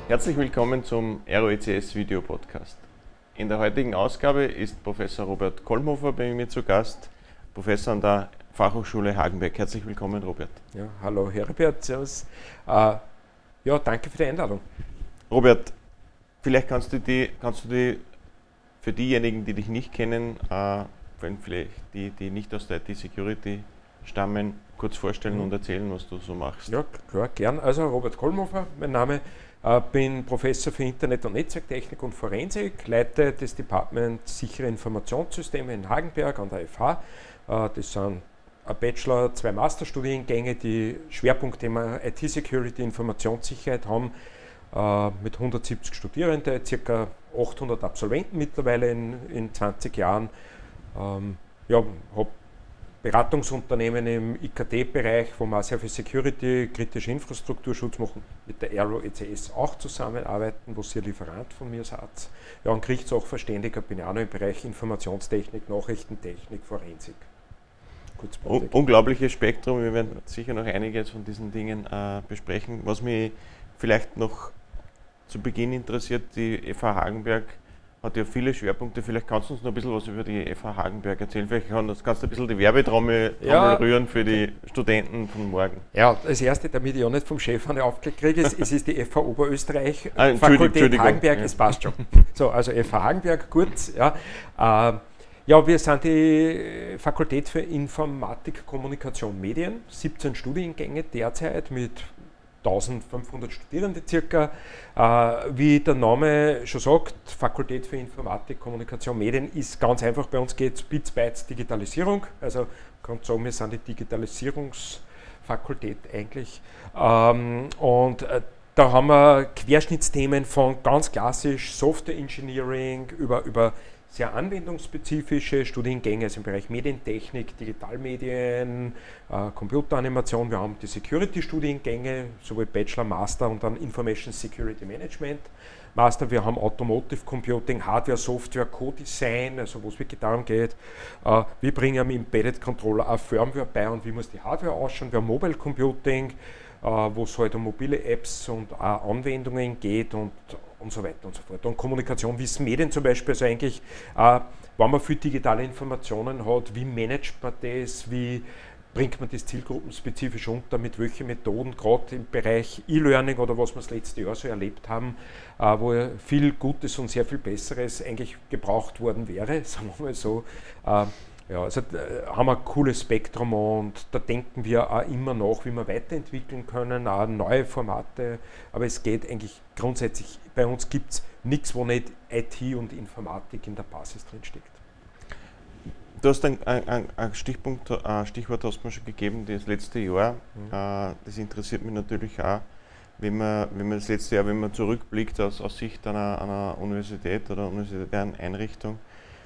Herzlich willkommen zum ROECS Video Podcast. In der heutigen Ausgabe ist Professor Robert Kollmhofer bei mir zu Gast, Professor an der Fachhochschule Hagenbeck. Herzlich willkommen, Robert. Ja, hallo Herbert, servus. Danke für die Einladung. Robert, vielleicht kannst du die für diejenigen, die dich nicht kennen, vielleicht die nicht aus der IT-Security stammen, kurz vorstellen und erzählen, was du so machst. Ja, klar, gern. Also Robert Kollmhofer, mein Name. Bin Professor für Internet- und Netzwerktechnik und Forensik, leite das Department Sichere Informationssysteme in Hagenberg an der FH. Das sind ein Bachelor, 2 Masterstudiengänge, die Schwerpunktthema IT-Security, Informationssicherheit haben, mit 170 Studierenden, ca. 800 Absolventen mittlerweile in 20 Jahren. Habe Beratungsunternehmen im IKT-Bereich, wo wir sehr viel Security, kritische Infrastrukturschutz machen, mit der ROECS auch zusammenarbeiten, wo ihr Lieferant von mir seid. Ja, und Gerichtssachverständiger bin ich auch noch im Bereich Informationstechnik, Nachrichtentechnik, Forensik. Unglaubliches Spektrum, wir werden sicher noch einiges von diesen Dingen besprechen. Was mich vielleicht noch zu Beginn interessiert, die FH Hagenberg hat ja viele Schwerpunkte. Vielleicht kannst du uns noch ein bisschen was über die FH Hagenberg erzählen. Vielleicht kannst du ein bisschen die Werbetrommel rühren für die Studenten von morgen. Ja, das erste, damit ich auch nicht vom Chef eine aufgelegt kriege, es ist die FH Oberösterreich, Fakultät Hagenberg, es passt schon. So, also FH Hagenberg, gut. Ja, wir sind die Fakultät für Informatik, Kommunikation, Medien, 17 Studiengänge derzeit mit 1500 Studierende circa. Wie der Name schon sagt, Fakultät für Informatik, Kommunikation, Medien ist ganz einfach. Bei uns geht es Bits, Bytes, Digitalisierung. Also man kann sagen, wir sind die Digitalisierungsfakultät eigentlich. Da haben wir Querschnittsthemen von ganz klassisch Software Engineering über sehr anwendungsspezifische Studiengänge, also im Bereich Medientechnik, Digitalmedien, Computeranimation. Wir haben die Security-Studiengänge, sowohl Bachelor, Master und dann Information Security Management Master. Wir haben Automotive Computing, Hardware, Software, Co-Design, also wo es wirklich darum geht, wie bringen wir im Embedded Controller eine Firmware bei und wie muss die Hardware ausschauen. Wir haben Mobile Computing, wo es halt um mobile Apps und Anwendungen geht und so weiter und so fort. Und Kommunikation, Wissen, Medien zum Beispiel, also eigentlich, wenn man viel digitale Informationen hat, wie managt man das, wie bringt man das zielgruppenspezifisch unter, mit welchen Methoden, gerade im Bereich E-Learning oder was wir das letzte Jahr so erlebt haben, wo viel Gutes und sehr viel Besseres eigentlich gebraucht worden wäre, sagen wir mal so. Also haben wir ein cooles Spektrum und da denken wir auch immer nach, wie wir weiterentwickeln können, auch neue Formate, aber es geht eigentlich grundsätzlich, bei uns gibt es nichts, wo nicht IT und Informatik in der Basis drin steckt. Du hast ein Stichwort hast du mir schon gegeben, das letzte Jahr, das interessiert mich natürlich auch, wenn man das letzte Jahr, wenn man zurückblickt aus Sicht einer Universität oder universitären Einrichtung.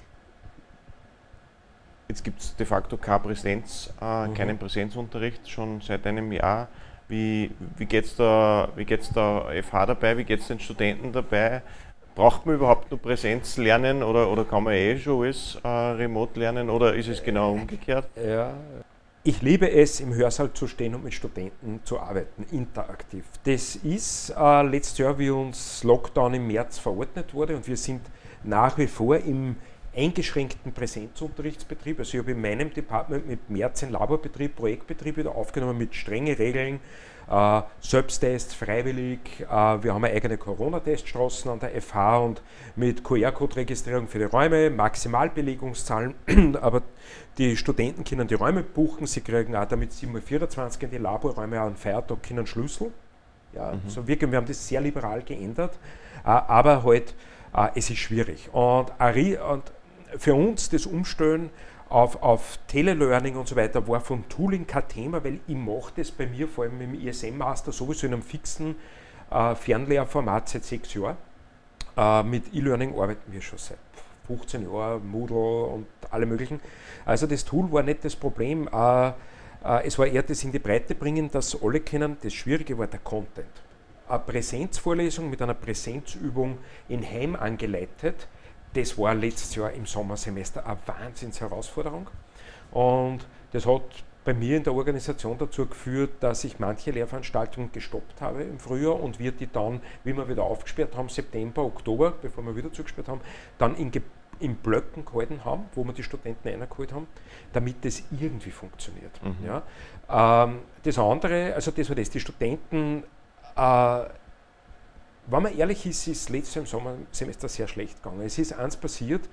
Jetzt gibt es de facto keinen Präsenzunterricht, schon seit einem Jahr. Wie geht es der FH dabei, wie geht es den Studenten dabei? Braucht man überhaupt nur Präsenz lernen oder kann man schon alles remote lernen oder ist es genau umgekehrt? Ja. Ich liebe es, im Hörsaal zu stehen und mit Studenten zu arbeiten, interaktiv. Das ist letztes Jahr, wie uns Lockdown im März verordnet wurde und wir sind nach wie vor im eingeschränkten Präsenzunterrichtsbetrieb. Also ich habe in meinem Department mit März einen Laborbetrieb, Projektbetrieb wieder aufgenommen mit strengen Regeln, Selbsttests, freiwillig. Wir haben eine eigene Corona-Teststraßen an der FH und mit QR-Code-Registrierung für die Räume, Maximalbelegungszahlen, aber die Studenten können die Räume buchen, sie kriegen auch damit 7:24 in die Laborräume an Feiertag können Schlüssel. Ja, so wirklich, wir haben das sehr liberal geändert, aber halt, es ist schwierig. Und für uns das Umstellen auf Telelearning und so weiter war vom Tooling kein Thema, weil ich mache das bei mir, vor allem im ISM-Master, sowieso in einem fixen Fernlehrformat seit 6 Jahren. Mit E-Learning arbeiten wir schon seit 15 Jahren, Moodle und alle möglichen. Also das Tool war nicht das Problem. Es war eher das in die Breite bringen, dass alle kennen. Das Schwierige war der Content. Eine Präsenzvorlesung mit einer Präsenzübung in Heim angeleitet, das war letztes Jahr im Sommersemester eine Wahnsinnsherausforderung und das hat bei mir in der Organisation dazu geführt, dass ich manche Lehrveranstaltungen gestoppt habe im Frühjahr und wir die dann, wie wir wieder aufgesperrt haben, September, Oktober, bevor wir wieder zugesperrt haben, dann in Blöcken gehalten haben, wo wir die Studenten reingeholt haben, damit das irgendwie funktioniert. Ja. Das andere, also das war das, die Studenten, wenn man ehrlich ist, ist letztes Jahr im Sommersemester sehr schlecht gegangen. Es ist eins passiert,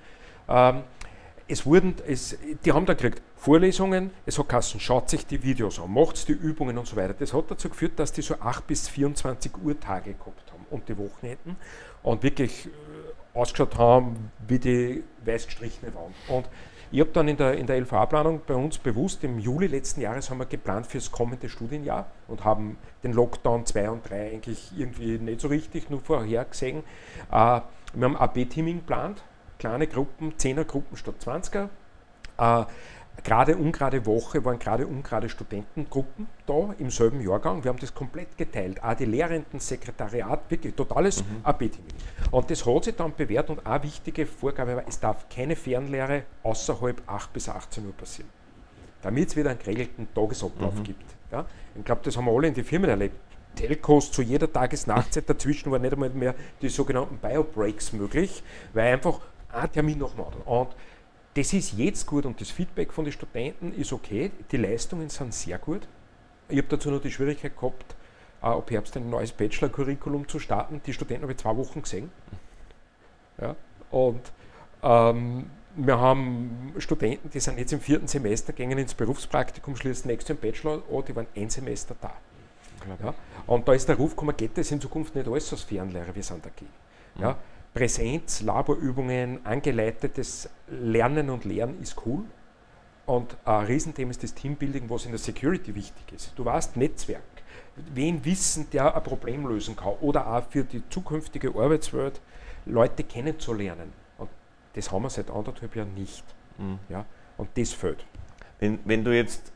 die haben dann gekriegt Vorlesungen, es hat geheißen, schaut sich die Videos an, macht die Übungen und so weiter. Das hat dazu geführt, dass die so 8 bis 24 Uhr Tage gehabt haben und die Wochenenden und wirklich ausgeschaut haben wie die weiß gestrichene Wand. Und ich habe dann in der LVA-Planung bei uns bewusst, im Juli letzten Jahres haben wir geplant für das kommende Studienjahr und haben den Lockdown 2 und 3 eigentlich irgendwie nicht so richtig nur vorher gesehen. Wir haben AB-Teaming geplant, kleine Gruppen, 10er Gruppen statt 20er. Gerade ungerade Woche waren gerade ungerade Studentengruppen da im selben Jahrgang. Wir haben das komplett geteilt. Auch die Lehrenden, Sekretariat, wirklich totales AB-Teaming. Und das hat sich dann bewährt und eine wichtige Vorgabe war, es darf keine Fernlehre außerhalb 8 bis 18 Uhr passieren. Damit es wieder einen geregelten Tagesablauf gibt. Ja? Ich glaube, das haben wir alle in den Firmen erlebt. Telcos zu jeder Tages-Nachtzeit, dazwischen war nicht einmal mehr die sogenannten Bio-Breaks möglich, weil einfach ein Termin nach dem anderen. Und das ist jetzt gut und das Feedback von den Studenten ist okay, die Leistungen sind sehr gut. Ich habe dazu noch die Schwierigkeit gehabt, ab Herbst ein neues Bachelor-Curriculum zu starten. Die Studenten habe ich 2 Wochen gesehen. Ja, und wir haben Studenten, die sind jetzt im 4. Semester, gehen ins Berufspraktikum, schließen nächstes Jahr im Bachelor an, die waren ein Semester da. Ja, und da ist der Ruf gekommen, geht das in Zukunft nicht alles als Fernlehrer, wir sind dagegen. Ja, Präsenz, Laborübungen, angeleitetes Lernen und Lehren ist cool. Und ein Riesenthema ist das Teambuilding, was in der Security wichtig ist. Du weißt, Netzwerk, wen wissen, der ein Problem lösen kann oder auch für die zukünftige Arbeitswelt Leute kennenzulernen. Und das haben wir seit 1,5 Jahren nicht. Ja? Und das fehlt. Wenn du jetzt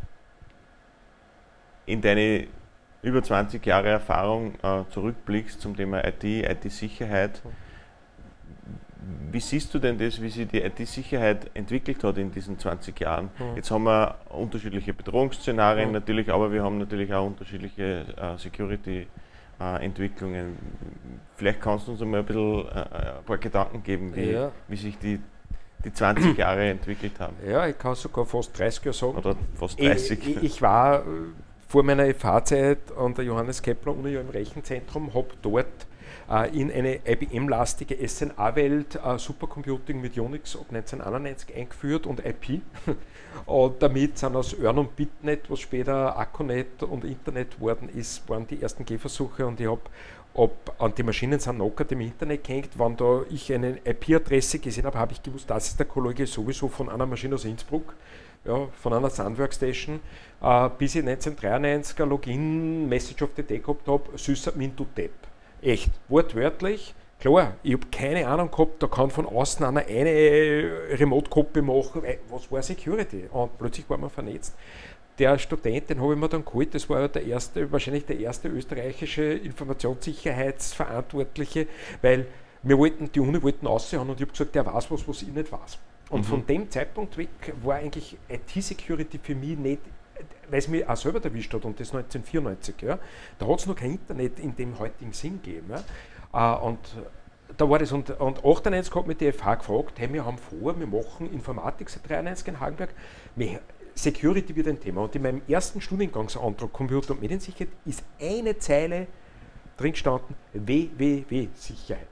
in deine über 20 Jahre Erfahrung zurückblickst zum Thema IT, IT-Sicherheit, wie siehst du denn das, wie sich die IT-Sicherheit entwickelt hat in diesen 20 Jahren? Jetzt haben wir unterschiedliche Bedrohungsszenarien natürlich, aber wir haben natürlich auch unterschiedliche Security-Entwicklungen. Vielleicht kannst du uns einmal ein bisschen ein paar Gedanken geben, wie sich die 20 Jahre entwickelt haben. Ja, ich kann sogar fast 30 Jahre sagen. Oder fast 30. Ich war vor meiner FH-Zeit an der Johannes Kepler Uni im Rechenzentrum, habe dort in eine IBM-lastige SNA-Welt Supercomputing mit Unix ab 1991 eingeführt und IP. Und damit sind aus Earn und Bitnet, was später Acconet und Internet worden ist, waren die ersten Gehversuche und ich habe an die Maschinen sind noch im Internet gehängt. Wenn da ich eine IP-Adresse gesehen habe, habe ich gewusst, das ist der Kollege sowieso von einer Maschine aus Innsbruck, ja, von einer Sun Workstation, bis ich 1993 ein Login, Message of the Day gehabt habe, Sysadmin to Tab. Echt, wortwörtlich. Klar, ich habe keine Ahnung gehabt, da kann von außen einer eine Remote-Copy machen. Was war Security? Und plötzlich waren wir vernetzt. Der Student, den habe ich mir dann geholt, das war wahrscheinlich der erste österreichische Informationssicherheitsverantwortliche, weil die Uni wollten aussehen und ich habe gesagt, der weiß was ich nicht weiß. Und von dem Zeitpunkt weg war eigentlich IT-Security für mich nicht, weil es mich auch selber erwischt hat und das 1994, ja, da hat es noch kein Internet in dem heutigen Sinn gegeben. Ja. Und da war das, und 98 hat mich die FH gefragt, hey, wir haben vor, wir machen Informatik seit 93 in Hagenberg, Security wird ein Thema. Und in meinem ersten Studiengangsantrag Computer- und Mediensicherheit ist eine Zeile drin gestanden, WWW-Sicherheit.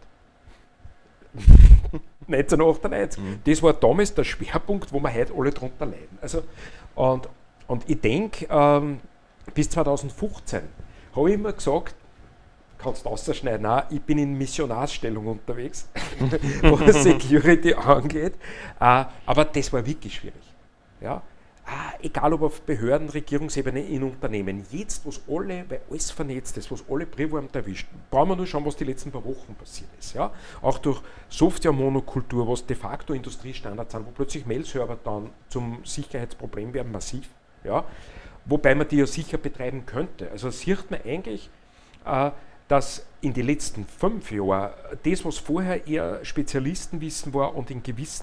1998. Das war damals der Schwerpunkt, wo wir heute alle drunter leiden. Also, und ich denke, bis 2015 habe ich immer gesagt, kannst du ausschneiden, nein, ich bin in Missionarsstellung unterwegs, was Security angeht. Aber das war wirklich schwierig. Ja? Egal ob auf Behörden, Regierungsebene, in Unternehmen. Jetzt, weil alles vernetzt ist, was alle Privaten erwischt, brauchen wir nur schauen, was die letzten paar Wochen passiert ist. Ja? Auch durch Software-Monokultur, was de facto Industriestandards sind, wo plötzlich Mail-Server dann zum Sicherheitsproblem werden, massiv. Ja? Wobei man die ja sicher betreiben könnte. Also sieht man eigentlich, dass in den letzten 5 Jahren das, was vorher eher Spezialistenwissen war und in gewissen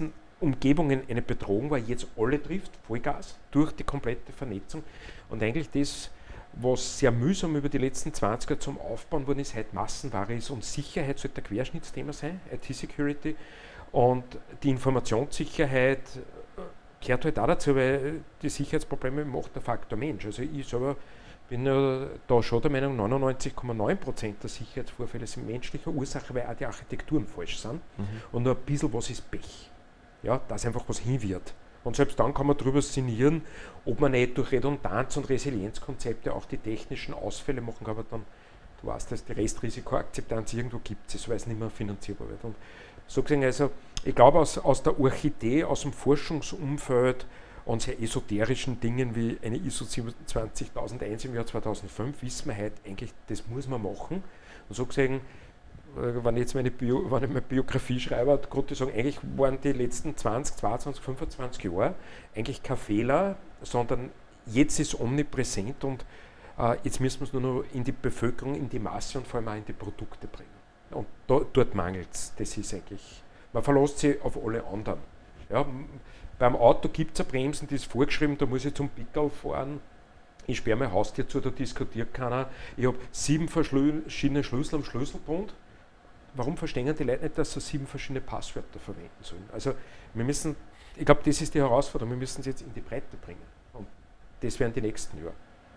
Umgebungen eine Bedrohung war, jetzt alle trifft, Vollgas, durch die komplette Vernetzung. Und eigentlich das, was sehr mühsam über die letzten 20 Jahre zum Aufbauen worden ist, heute Massenware ist und Sicherheit sollte ein Querschnittsthema sein, IT-Security. Und die Informationssicherheit gehört halt auch dazu, weil die Sicherheitsprobleme macht der Faktor Mensch. Also ich selber bin ja da schon der Meinung, 99,9% der Sicherheitsvorfälle sind menschlicher Ursache, weil auch die Architekturen falsch sind. Und nur ein bisschen was ist Pech. Ja, dass einfach was hin wird. Und selbst dann kann man darüber sinnieren, ob man nicht durch Redundanz- und Resilienzkonzepte auch die technischen Ausfälle machen kann, aber dann, du weißt, dass die Restrisikoakzeptanz irgendwo gibt es, weil es nicht mehr finanzierbar wird. Und so gesehen, also ich glaube, aus der Orchidee, aus dem Forschungsumfeld und sehr esoterischen Dingen wie eine ISO 27001 im Jahr 2005 wissen wir heute eigentlich, das muss man machen. Und so gesehen, wenn ich jetzt meine Biografie schreibe, konnte ich sagen, eigentlich waren die letzten 20, 22, 25 Jahre eigentlich kein Fehler, sondern jetzt ist omnipräsent und jetzt müssen wir es nur noch in die Bevölkerung, in die Masse und vor allem auch in die Produkte bringen. Und dort mangelt es. Das ist eigentlich, man verlässt sich auf alle anderen. Ja, beim Auto gibt es ein Bremsen, das ist vorgeschrieben, da muss ich zum Pickerl fahren. Ich sperre mein Haustier zu, da diskutiert keiner. Ich habe 7 verschiedene Schlüssel am Schlüsselbund. Warum verstehen die Leute nicht, dass sie 7 verschiedene Passwörter verwenden sollen? Also wir müssen, ich glaube, das ist die Herausforderung, wir müssen es jetzt in die Breite bringen. Und das werden die nächsten Jahre.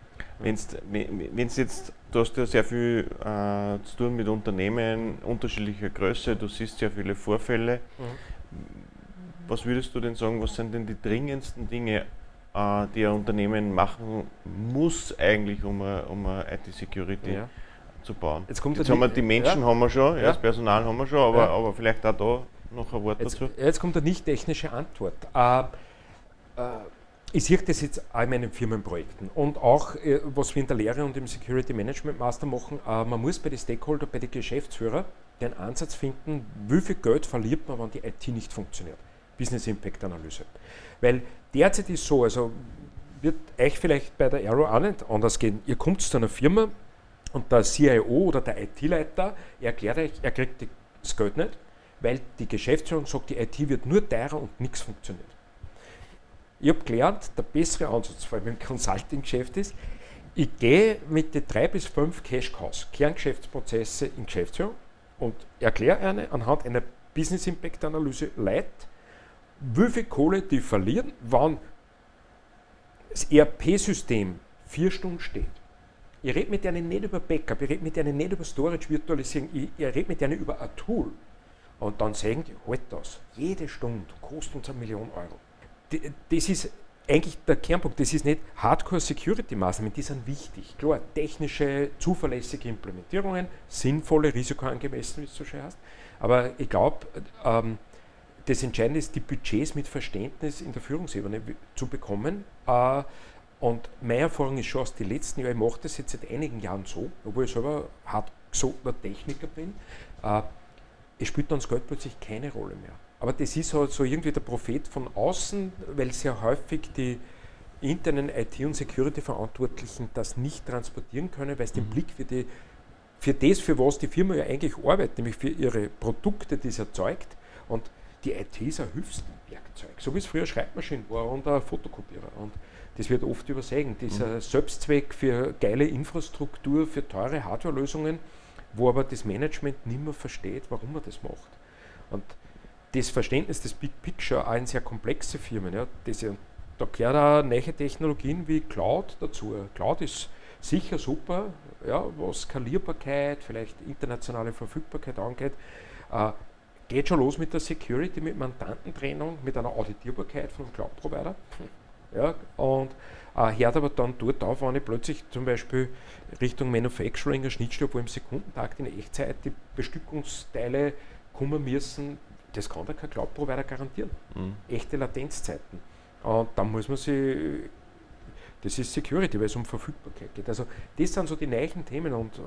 Wenn's jetzt, du hast ja sehr viel zu tun mit Unternehmen unterschiedlicher Größe, du siehst sehr viele Vorfälle. Was würdest du denn sagen, was sind denn die dringendsten Dinge, die ein Unternehmen machen muss eigentlich, um eine IT-Security zu bauen? Jetzt haben wir die Menschen haben wir schon, das Personal haben wir schon, aber vielleicht auch da noch ein Wort dazu. Jetzt kommt eine nicht technische Antwort. Ich sehe das jetzt auch in meinen Firmenprojekten und auch, was wir in der Lehre und im Security Management Master machen, man muss bei den Stakeholder, bei den Geschäftsführern den Ansatz finden, wie viel Geld verliert man, wenn die IT nicht funktioniert. Business Impact Analyse. Weil derzeit ist so, also wird euch vielleicht bei der Aero auch nicht anders gehen. Ihr kommt zu einer Firma und der CIO oder der IT-Leiter erklärt euch, er kriegt das Geld nicht, weil die Geschäftsführung sagt, die IT wird nur teurer und nichts funktioniert. Ich habe gelernt, der bessere Ansatz, vor allem im Consulting-Geschäft ist, ich gehe mit den 3 bis 5 Cash-Cows, Kerngeschäftsprozesse in Geschäftsführung und erkläre eine anhand einer Business Impact Analyse Leute, wie viel Kohle die verlieren, wenn das ERP-System 4 Stunden steht. Ich rede mit denen nicht über Backup, ich rede mit denen nicht über Storage, Virtualisierung, ich rede mit denen über ein Tool. Und dann sagen die, halt das, jede Stunde kostet uns 1 Million Euro. Das ist eigentlich der Kernpunkt, das ist nicht Hardcore-Security-Maßnahmen, die sind wichtig. Klar, technische, zuverlässige Implementierungen, sinnvolle, risikoangemessen, wie es so schön heißt. Aber ich glaube, das Entscheidende ist, die Budgets mit Verständnis in der Führungsebene zu bekommen. Und meine Erfahrung ist schon aus den letzten Jahren, ich mache das jetzt seit einigen Jahren so, obwohl ich selber hartgesogener Techniker bin, es spielt dann das Geld plötzlich keine Rolle mehr. Aber das ist halt so irgendwie der Prophet von außen, weil sehr häufig die internen IT- und Security-Verantwortlichen das nicht transportieren können, weil es den Blick für das, für was die Firma ja eigentlich arbeitet, nämlich für ihre Produkte, die es erzeugt. Und die IT ist ein Hilfswerkzeug, so wie es früher Schreibmaschinen war und ein Fotokopierer. Und das wird oft übersehen. Dieser Selbstzweck für geile Infrastruktur, für teure Hardwarelösungen, wo aber das Management nicht mehr versteht, warum man das macht. Und das Verständnis des Big Picture auch in sehr komplexe Firmen, ja, da gehört auch neue Technologien wie Cloud dazu. Cloud ist sicher super, ja, was Skalierbarkeit, vielleicht internationale Verfügbarkeit angeht. Geht schon los mit der Security, mit Mandantentrennung, mit einer Auditierbarkeit von einem Cloud-Provider. Ja, und hört aber dann dort auf, wenn ich plötzlich zum Beispiel Richtung Manufacturing eine Schnittstelle, wo im Sekundentakt in Echtzeit die Bestückungsteile kommen müssen, das kann da kein Cloud-Provider garantieren. Echte Latenzzeiten. Und dann muss man sich, das ist Security, weil es um Verfügbarkeit geht. Also das sind so die neuen Themen und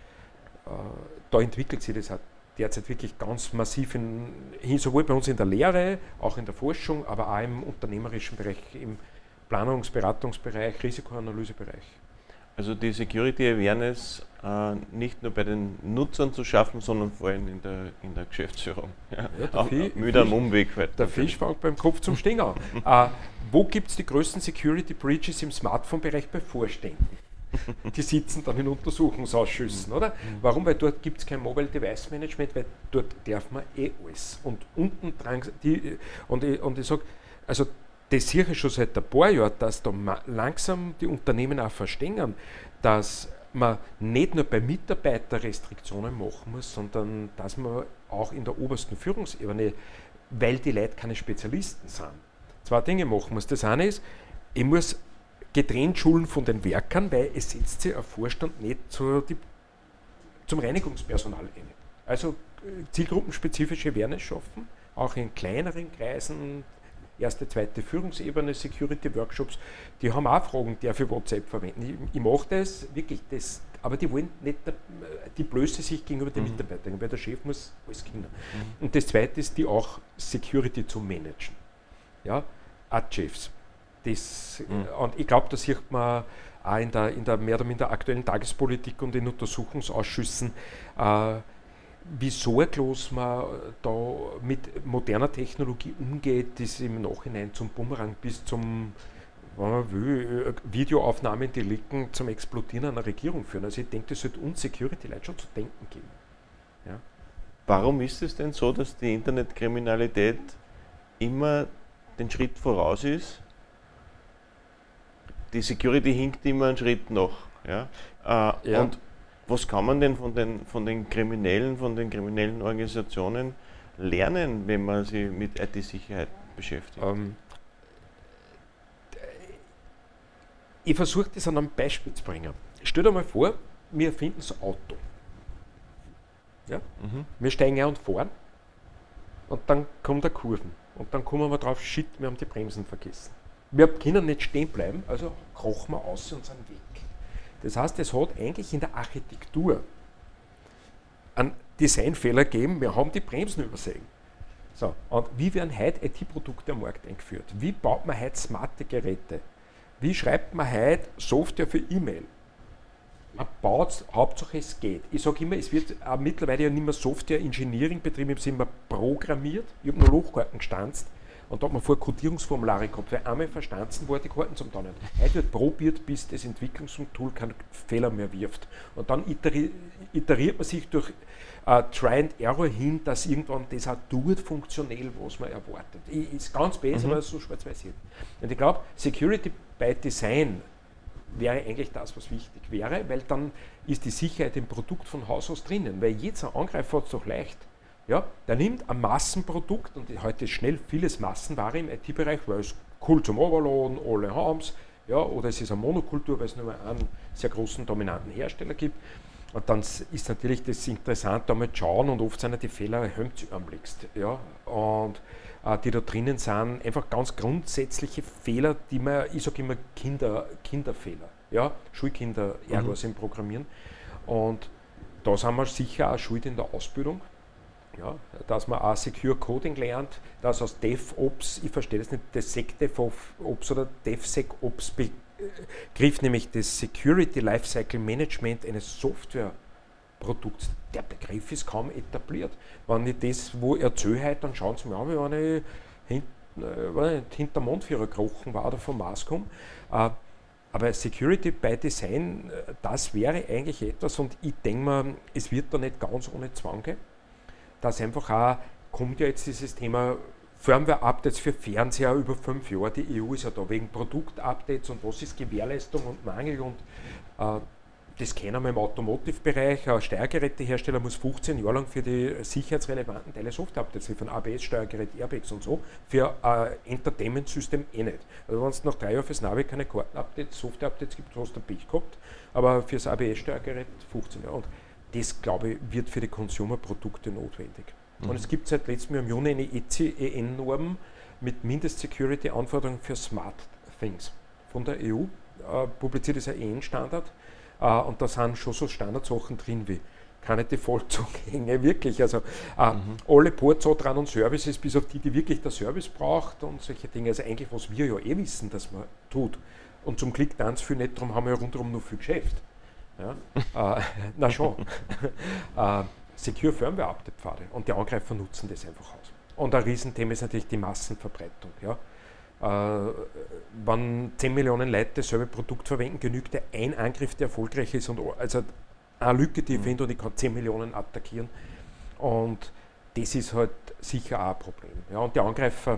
da entwickelt sich das auch derzeit wirklich ganz massiv sowohl bei uns in der Lehre, auch in der Forschung, aber auch im unternehmerischen Bereich, im Planungsberatungsbereich, Risikoanalysebereich. Also die Security Awareness nicht nur bei den Nutzern zu schaffen, sondern vor allem in der Geschäftsführung. Ja. Mit einem Umweg. Der Fisch fängt beim Kopf zum Stehen an. Wo gibt es die größten Security Breaches im Smartphone-Bereich? Bei Vorständen. Die sitzen dann in Untersuchungsausschüssen, oder? Warum? Weil dort gibt es kein Mobile Device Management, weil dort darf man alles. Und unten dran, und ich sage, also das sehe ich schon seit ein paar Jahren, dass da langsam die Unternehmen auch verstehen, dass man nicht nur bei Mitarbeitern Restriktionen machen muss, sondern dass man auch in der obersten Führungsebene, weil die Leute keine Spezialisten sind, zwei Dinge machen muss. Das eine ist, ich muss getrennt schulen von den Werkern, weil es setzt sich ein Vorstand nicht zum Reinigungspersonal ein. Also zielgruppenspezifische Awareness schaffen, auch in kleineren Kreisen, erste, zweite Führungsebene, Security-Workshops, die haben auch Fragen, die für WhatsApp verwenden. Ich mache das wirklich, aber die wollen nicht, die blöße sich gegenüber den Mitarbeitern, weil der Chef muss alles kennen. Und das zweite ist, die auch Security zu managen. Ja, auch Chefs. Und ich glaube, da sieht man auch in der mehr oder minder aktuellen Tagespolitik und in Untersuchungsausschüssen, wie sorglos man da mit moderner Technologie umgeht, das im Nachhinein zum Bumerang bis zum, wenn man will, Videoaufnahmen, die liegen, zum Explodieren einer Regierung führen. Also ich denke, das sollte uns Security-Leute schon zu denken geben. Ja. Warum ist es denn so, dass die Internetkriminalität immer den Schritt voraus ist? Die Security hinkt immer einen Schritt nach. Ja? Und was kann man denn von den kriminellen Organisationen lernen, wenn man sich mit IT-Sicherheit beschäftigt? Ich versuche das an einem Beispiel zu bringen. Stell dir mal vor, wir erfinden das Auto. Ja? Wir steigen ein und fahren und dann kommt eine Kurven. Und dann kommen wir drauf, shit, wir haben die Bremsen vergessen. Wir können nicht stehen bleiben, also krochen wir aus und sind weg. Das heißt, es hat eigentlich in der Architektur einen Designfehler gegeben, wir haben die Bremsen übersehen. So, und wie werden heute IT-Produkte am Markt eingeführt? Wie baut man heute smarte Geräte? Wie schreibt man heute Software für E-Mail? Man baut, Hauptsache es geht. Ich sage immer, es wird mittlerweile ja nicht mehr Software Engineering betrieben, ich habe es immer programmiert, ich habe nur Lochkarten gestanzt. Und da hat man vor Codierungsformulare gehabt, weil einmal verstanzen war, die Karten zum da nicht. Heute wird probiert, bis das Entwicklungstool keinen Fehler mehr wirft. Und dann iteriert man sich durch Try and Error hin, dass irgendwann das auch tut, funktionell, was man erwartet. Ist ganz besser, weil es so schwarz-weiß ist. Und ich glaube, Security by Design wäre eigentlich das, was wichtig wäre, weil dann ist die Sicherheit im Produkt von Haus aus drinnen. Weil jetzt ein Angreifer hat es doch leicht. Ja, der nimmt ein Massenprodukt und heute ist schnell vieles Massenware im IT-Bereich, weil es cool zum Overladen, alle haben es, ja, oder es ist eine Monokultur, weil es nur einen sehr großen, dominanten Hersteller gibt. Und dann ist natürlich das interessant, da mal zu schauen und oft sind ja die Fehler, wenn du anblickst. Ja, und die da drinnen sind einfach ganz grundsätzliche Fehler, die man, ich sage immer Kinderfehler, ja, Schulkinder, Ergos im Programmieren. Und da sind wir sicher auch schuld in der Ausbildung. Ja, dass man auch Secure Coding lernt, dass aus DevOps, ich verstehe das nicht, das SecDevOps oder DevSecOps Begriff, nämlich das Security Lifecycle Management eines Softwareprodukts, der Begriff ist kaum etabliert. Wenn ich das wo erzähle, dann schauen Sie mir an, wie eine hinter dem Mondführer gekrochen war oder vom Mars komme. Aber Security by Design, das wäre eigentlich etwas, und ich denke mir, es wird da nicht ganz ohne Zwang gehen. Dass einfach auch, kommt ja jetzt dieses Thema Firmware-Updates für Fernseher über 5 Jahre, die EU ist ja da wegen Produkt-Updates und was ist Gewährleistung und Mangel und das kennen wir im Automotive-Bereich. Ein Steuergerätehersteller muss 15 Jahre lang für die sicherheitsrelevanten Teile Software-Updates liefern, ABS, Steuergerät, Airbags und so, für ein Entertainment-System nicht. Also wenn es nach 3 Jahren fürs Navi keine Karten-Updates, Software-Updates gibt, hast du Pech gehabt, aber fürs ABS-Steuergerät 15 Jahre. Und das, glaube ich, wird für die Consumer-Produkte notwendig. Und es gibt seit letztem Jahr im Juni eine EC-EN-Norm mit Mindest-Security-Anforderungen für Smart Things von der EU. Publiziert ist ein EN-Standard und da sind schon so Standardsachen drin wie keine Default-Zugänge, wirklich. Also alle Ports dran und Services, bis auf die wirklich der Service braucht und solche Dinge. Also eigentlich, was wir ja wissen, dass man tut. Und zum Glück dann viel nicht, darum haben wir ja rundherum noch viel Geschäft. Ja? Na schon. Secure Firmware Update-Pfade und die Angreifer nutzen das einfach aus. Und ein Riesenthema ist natürlich die Massenverbreitung. Ja? Wenn 10 Millionen Leute dasselbe Produkt verwenden, genügt ja ein Angriff, der erfolgreich ist. Und also eine Lücke, die ich finde, und ich kann 10 Millionen attackieren. Und das ist halt sicher auch ein Problem. Ja, und die Angreifer,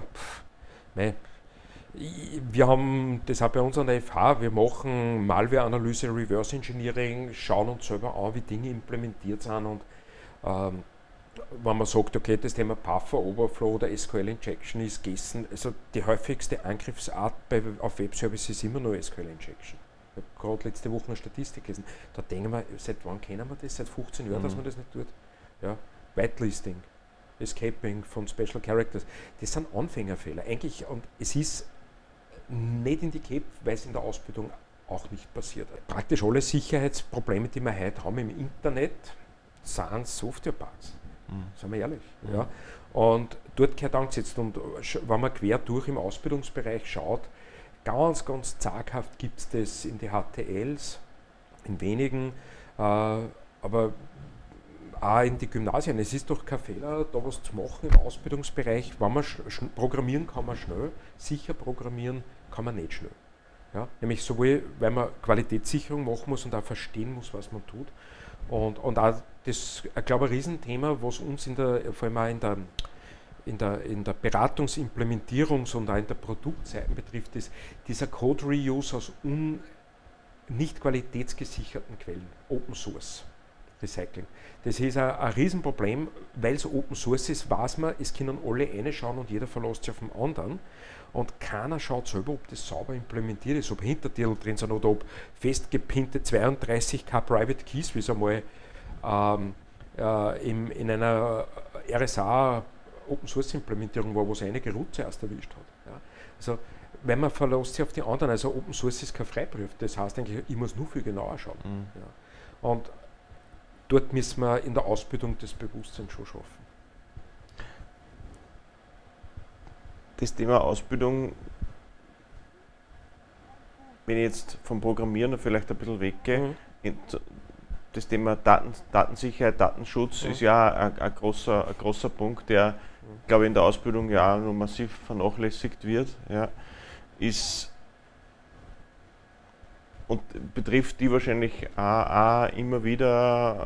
wir haben das auch bei uns an der FH, wir machen Malware-Analyse, Reverse Engineering, schauen uns selber an, wie Dinge implementiert sind. Und wenn man sagt, okay, das Thema Puffer, Overflow oder SQL Injection ist gegessen, also die häufigste Angriffsart auf Webservices ist immer nur SQL Injection. Ich habe gerade letzte Woche eine Statistik gelesen. Da denken wir, seit wann kennen wir das? Seit 15 Jahren, dass man das nicht tut. Ja, Whitelisting, Escaping von Special Characters, das sind Anfängerfehler. Eigentlich, und es ist nicht indikativ, weil es in der Ausbildung auch nicht passiert. Praktisch alle Sicherheitsprobleme, die wir heute haben im Internet, sind Softwarebugs. Seien wir ehrlich. Ja. Und dort gehört angesetzt. Und wenn man quer durch im Ausbildungsbereich schaut, ganz, ganz zaghaft gibt es das in die HTLs, in wenigen, aber auch in die Gymnasien. Es ist doch kein Fehler, da was zu machen im Ausbildungsbereich. Wenn man programmieren kann man schnell, sicher programmieren kann man nicht schnell. Ja? Nämlich sowohl, weil man Qualitätssicherung machen muss und auch verstehen muss, was man tut. Und auch das, ich glaube, ein Riesenthema, was uns vor allem auch in der Beratungsimplementierungs- und auch in der Produktseite betrifft, ist dieser Code Reuse aus nicht qualitätsgesicherten Quellen, Open Source Recycling. Das ist ein Riesenproblem, weil es Open Source ist, weiß man, es können alle reinschauen und jeder verlässt sich auf den anderen. Und keiner schaut selber, ob das sauber implementiert ist, ob Hintertitel drin sind oder ob festgepinnte 32K Private Keys, wie es einmal in einer RSA Open Source Implementierung war, wo es einige Root zuerst erwischt hat. Ja. Also, wenn man verlässt sich auf die anderen, also Open Source ist kein Freibrief, das heißt eigentlich, ich muss nur viel genauer schauen. Ja. Und dort müssen wir in der Ausbildung das Bewusstsein schon schaffen. Das Thema Ausbildung, wenn ich jetzt vom Programmieren vielleicht ein bisschen weggehe, das Thema Datensicherheit, Datenschutz ist ja ein großer Punkt, der, glaube ich, in der Ausbildung ja auch noch massiv vernachlässigt wird. Ja, ist und betrifft die wahrscheinlich auch immer wieder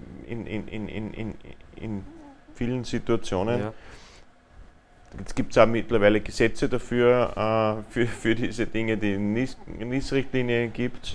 in vielen Situationen. Ja. Jetzt gibt es auch mittlerweile Gesetze dafür, für diese Dinge, die NIS-Richtlinien gibt.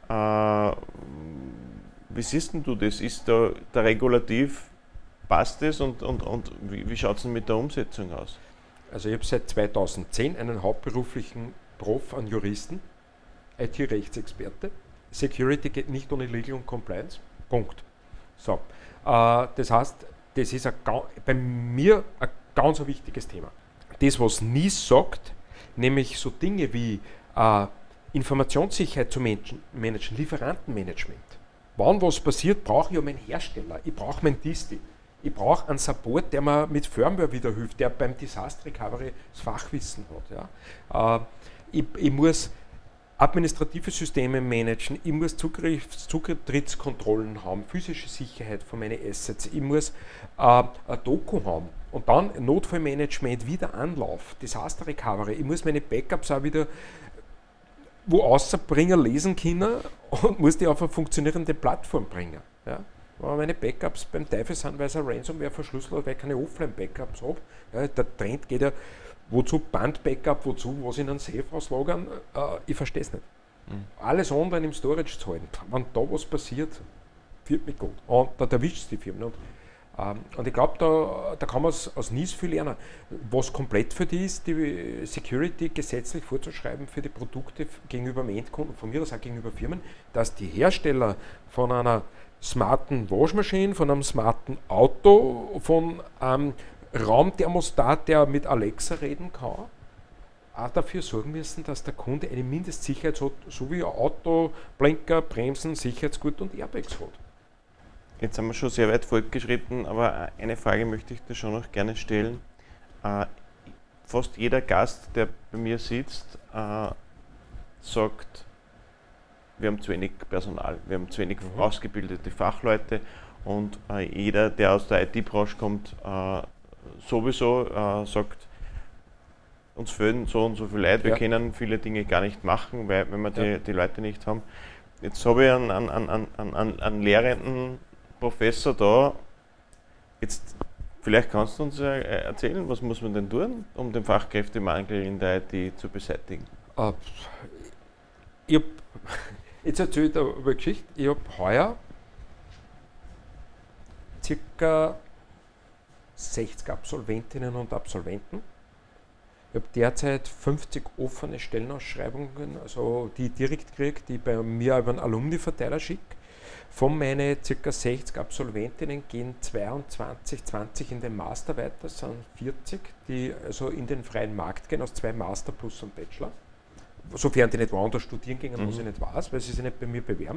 Wie siehst du das? Ist da der Regulativ, passt das und wie schaut es denn mit der Umsetzung aus? Also ich habe seit 2010 einen hauptberuflichen Prof an Juristen, IT-Rechtsexperte. Security geht nicht ohne Legal und Compliance. Punkt. So. Das heißt, das ist bei mir ein ganz ein wichtiges Thema. Das, was NIS sagt, nämlich so Dinge wie Informationssicherheit zu managen, Lieferantenmanagement. Wann was passiert, brauche ich ja meinen Hersteller, ich brauche meinen Disti, ich brauche einen Support, der mir mit Firmware wieder hilft, der beim Disaster Recovery das Fachwissen hat. Ja. Ich muss administrative Systeme managen, ich muss Zugriffskontrollen haben, physische Sicherheit von meinen Assets, ich muss ein Doku haben und dann Notfallmanagement, wieder Anlauf, Disaster Recovery, ich muss meine Backups auch wieder wo außerbringen, lesen können und muss die auf eine funktionierende Plattform bringen. Ja? Wenn meine Backups beim Teufel sind, weil es ein Ransomware verschlüsselt hat, weil ich keine Offline-Backups habe. Ja, der Trend geht ja, wozu Band-Backup, wozu was in einen Safe auslagern, ich verstehe es nicht. Alles online im Storage zu halten, wenn da was passiert, wird mich gut. Und da erwischt es die Firmen. Und ich glaube, da kann man aus NIS viel lernen. Was komplett für die ist, die Security gesetzlich vorzuschreiben für die Produkte gegenüber dem Endkunden, von mir aus auch gegenüber Firmen, dass die Hersteller von einer smarten Waschmaschine, von einem smarten Auto, von einem Raumthermostat, der mit Alexa reden kann, auch dafür sorgen müssen, dass der Kunde eine Mindestsicherheit hat, so wie ein Auto, Blinker, Bremsen, Sicherheitsgurt und Airbags hat. Jetzt sind wir schon sehr weit fortgeschritten, aber eine Frage möchte ich dir schon noch gerne stellen. Fast jeder Gast, der bei mir sitzt, sagt, wir haben zu wenig Personal, wir haben zu wenig ausgebildete Fachleute und jeder, der aus der IT-Branche kommt, sowieso sagt, uns fehlen so und so viele Leute, wir können viele Dinge gar nicht machen, weil, wenn wir die Leute nicht haben. Jetzt habe ich einen lehrenden Professor da. Jetzt, vielleicht kannst du uns erzählen, was muss man denn tun, um den Fachkräftemangel in der IT zu beseitigen? Jetzt erzähle ich eine Geschichte. Ich habe heuer ca. 60 Absolventinnen und Absolventen. Ich habe derzeit 50 offene Stellenausschreibungen, also die ich direkt kriege, die ich bei mir über einen Alumni-Verteiler schicke. Von meinen ca. 60 Absolventinnen gehen 22, 20 in den Master weiter, das sind 40, die also in den freien Markt gehen, aus 2 Master plus einem Bachelor. Sofern die nicht woanders studieren gehen, was ich nicht weiß, weil sie sich nicht bei mir bewerben.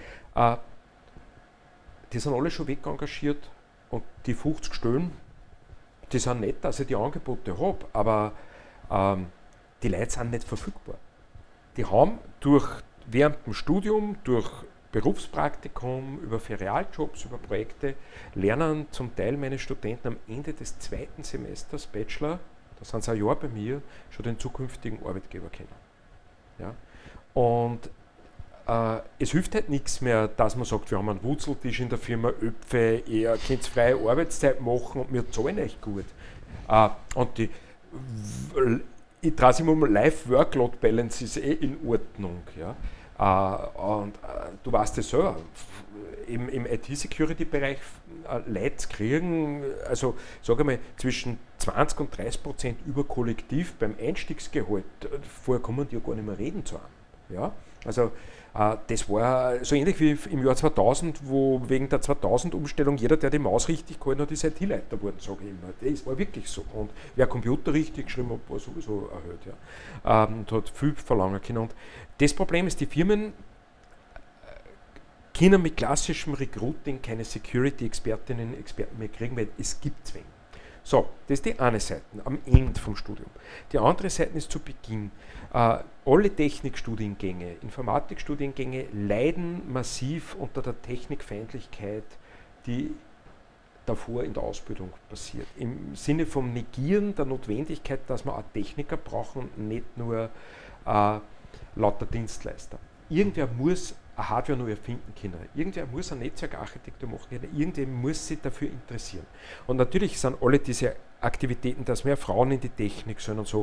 Die sind alle schon wegengagiert und die 50 Stellen, die sind nett, dass ich die Angebote habe, aber die Leute sind nicht verfügbar. Die haben während dem Studium, durch Berufspraktikum, über Ferialjobs, über Projekte, lernen zum Teil meine Studenten am Ende des 2. Semesters Bachelor, da sind sie ein Jahr bei mir, schon den zukünftigen Arbeitgeber kennen. Ja? Und es hilft halt nichts mehr, dass man sagt, wir haben einen Wurzeltisch in der Firma Öpfe, ihr könnt freie Arbeitszeit machen und wir zahlen euch gut. Und ich drehe es immer um Life-Work-Load-Balance ist in Ordnung. Ja? Und du weißt es selber, im IT-Security-Bereich Leute kriegen, also sage mal, zwischen 20% und 30% über Kollektiv beim Einstiegsgehalt, vorher kommen die ja gar nicht mehr reden zu einem. Ja? Also das war so ähnlich wie im Jahr 2000, wo wegen der 2000-Umstellung jeder, der die Maus richtig gehalten hat, ist IT-Leiter geworden, sage ich immer. Das war wirklich so. Und wer Computer richtig geschrieben hat, war sowieso erhöht. Ja. Und hat viel verlangen können. Und das Problem ist, die Firmen können mit klassischem Recruiting keine Security-Expertinnen und Experten mehr kriegen, weil es gibt es wenig. So, das ist die eine Seite, am Ende vom Studium. Die andere Seite ist zu Beginn. Alle Technikstudiengänge, Informatikstudiengänge leiden massiv unter der Technikfeindlichkeit, die davor in der Ausbildung passiert. Im Sinne vom Negieren der Notwendigkeit, dass wir auch Techniker brauchen und nicht nur lauter Dienstleister. Irgendwer muss eine Hardware noch erfinden können. Irgendwer muss eine Netzwerkarchitektur machen können. Irgendwer muss sich dafür interessieren. Und natürlich sind alle diese Aktivitäten, dass mehr Frauen in die Technik sind und so,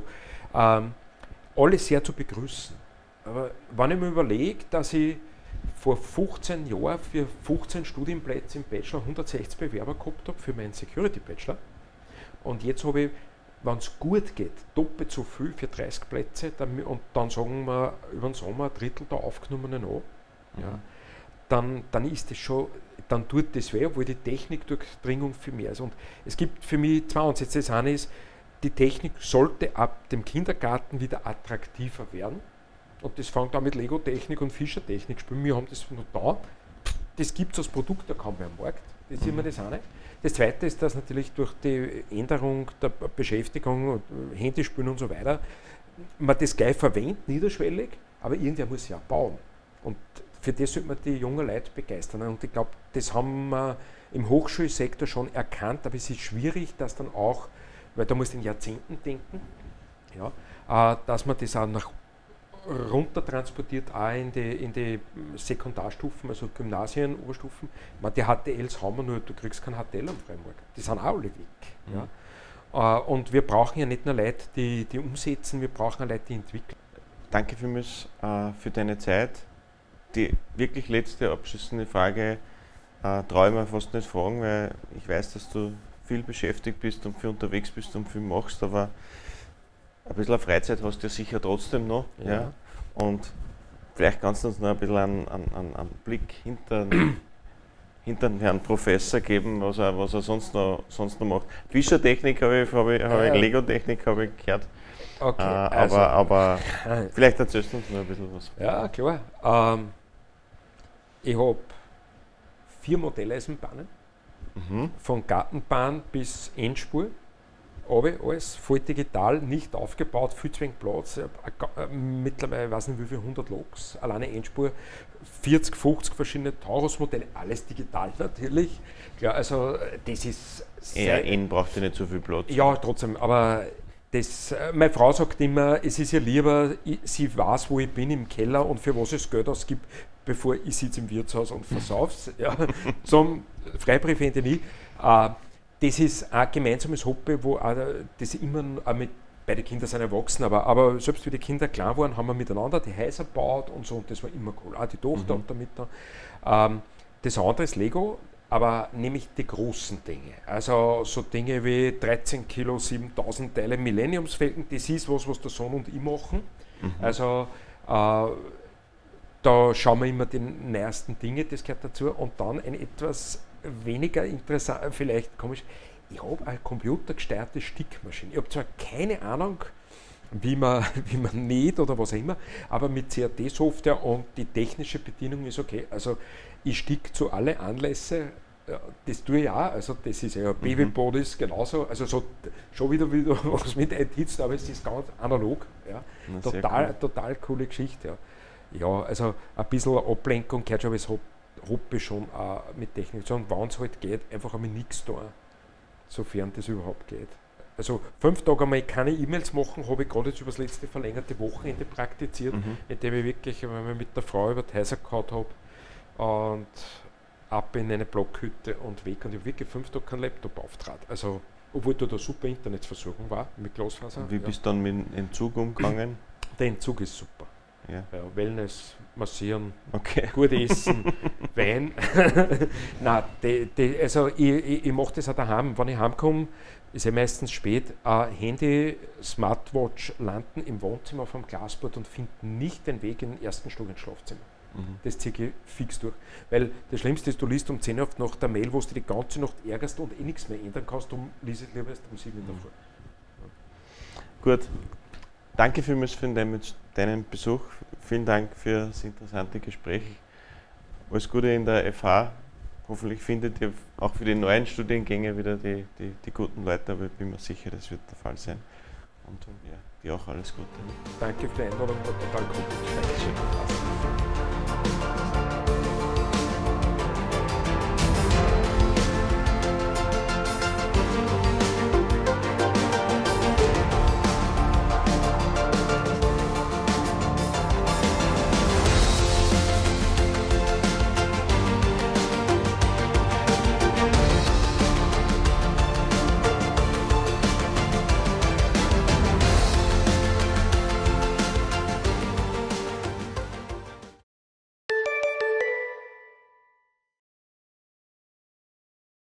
alle sehr zu begrüßen. Aber wenn ich mir überlege, dass ich vor 15 Jahren für 15 Studienplätze im Bachelor 160 Bewerber gehabt habe für meinen Security-Bachelor und jetzt habe ich, wenn es gut geht, doppelt so viel für 30 Plätze und dann sagen wir über den Sommer ein Drittel der Aufgenommenen an, ja, dann ist das schon, dann tut das weh, obwohl die Technikdurchdringung viel mehr ist. Und es gibt für mich zwei Ansätze. Das eine ist, die Technik sollte ab dem Kindergarten wieder attraktiver werden. Und das fängt an mit Lego-Technik und Fischer-Technik spielen. Wir haben das noch da. Das gibt es als Produkt ja kaum mehr am Markt. Das ist immer das eine. Das zweite ist, dass natürlich durch die Änderung der Beschäftigung, Handyspielen und so weiter, man das gleich verwendet, niederschwellig, aber irgendwer muss ja bauen. Und für das sollte man die jungen Leute begeistern. Und ich glaube, das haben wir im Hochschulsektor schon erkannt, aber es ist schwierig, dass dann auch, weil da muss in Jahrzehnten denken, ja, dass man das auch nach runter transportiert, auch in die Sekundarstufen, also Gymnasien, Oberstufen. Ich meine, die HTLs haben wir nur, du kriegst kein HTL am Framework. Die sind auch alle weg. Ja. Und wir brauchen ja nicht nur Leute, die umsetzen, wir brauchen auch Leute, die entwickeln. Danke vielmals für deine Zeit. Die wirklich letzte abschließende Frage traue ich mir fast nicht fragen, weil ich weiß, dass du viel beschäftigt bist und viel unterwegs bist und viel machst, aber ein bisschen Freizeit hast du ja sicher trotzdem noch. Ja. Ja? Und vielleicht kannst du uns noch ein bisschen einen Blick hinter den Herrn Professor geben, was er sonst noch macht. Fischertechnik habe ich Lego-Technik habe ich gehört. Okay, aber vielleicht erzählst du uns noch ein bisschen was. Ja, klar. Ich habe 4 Modelleisenbahnen, von Gartenbahn bis Endspur. alles voll digital, nicht aufgebaut, viel zu wenig Platz. Mittlerweile, ich weiß nicht wie viele 100 Loks, alleine Endspur, 40, 50 verschiedene Taurus-Modelle, alles digital natürlich. Klar, also das ist N braucht ja nicht so viel Platz. Ja, trotzdem, aber meine Frau sagt immer, es ist ja lieber, sie weiß, wo ich bin im Keller und für was ich das Geld ausgebe, bevor ich sitze im Wirtshaus und versauf's. Ja, zum Freibrief ende nie. Das ist ein gemeinsames Hobby, wo auch das immer auch mit, beide Kinder sind erwachsen, aber selbst wie die Kinder klein waren, haben wir miteinander die Häuser gebaut und so, und das war immer cool. Auch die Tochter hat damit da. Das andere ist Lego, aber nämlich die großen Dinge. Also so Dinge wie 13 Kilo, 7000 Teile Millenniumsfelgen, das ist was der Sohn und ich machen. Also da schauen wir immer die neuesten Dinge, das gehört dazu. Und dann ein etwas weniger interessant, vielleicht komisch, ich habe eine computergesteuerte Stickmaschine. Ich habe zwar keine Ahnung, wie man näht oder was auch immer, aber mit CAD-Software und die technische Bedienung ist okay. Also ich sticke zu alle Anlässe, das tue ich auch, also das ist ja Babybodies genauso, also so, schon wieder was mit IT, aber es ist ganz analog. Ja. Total coole Geschichte. Ja. Ja, also ein bisschen Ablenkung gehört schon, aber es Hobby schon mit Technik. Und wenn es halt geht, einfach einmal nichts tun, sofern das überhaupt geht. Also 5 Tage einmal keine E-Mails machen, habe ich gerade jetzt über das letzte verlängerte Wochenende praktiziert, indem ich wirklich mit der Frau über die Häuser gehauen habe und ab in eine Blockhütte und weg. Und ich habe wirklich 5 Tage keinen Laptop auftrat. Also, obwohl da super Internetversorgung war mit Glasfaser. Und wie bist du dann mit dem Entzug umgegangen? Der Entzug ist super. Ja. Ja, Wellness, Massieren, okay. gut essen, Wein. Nein, also ich mache das auch daheim. Wenn ich heimkomme, ist ja meistens spät, Handy, Smartwatch landen im Wohnzimmer vom Glasbord und finden nicht den Weg in den ersten Stock ins Schlafzimmer. Das ziehe ich fix durch. Weil das Schlimmste ist, du liest um 10 Uhr nach der Mail, wo du die ganze Nacht ärgerst und nichts mehr ändern kannst, liest es lieber erst um 7 Uhr davor. Gut. Danke vielmals für deinen Besuch. Vielen Dank für das interessante Gespräch. Alles Gute in der FH. Hoffentlich findet ihr auch für die neuen Studiengänge wieder die guten Leute, aber ich bin mir sicher, das wird der Fall sein. Und ja, dir auch alles Gute. Danke für die Einladung, war total cool. Dankeschön.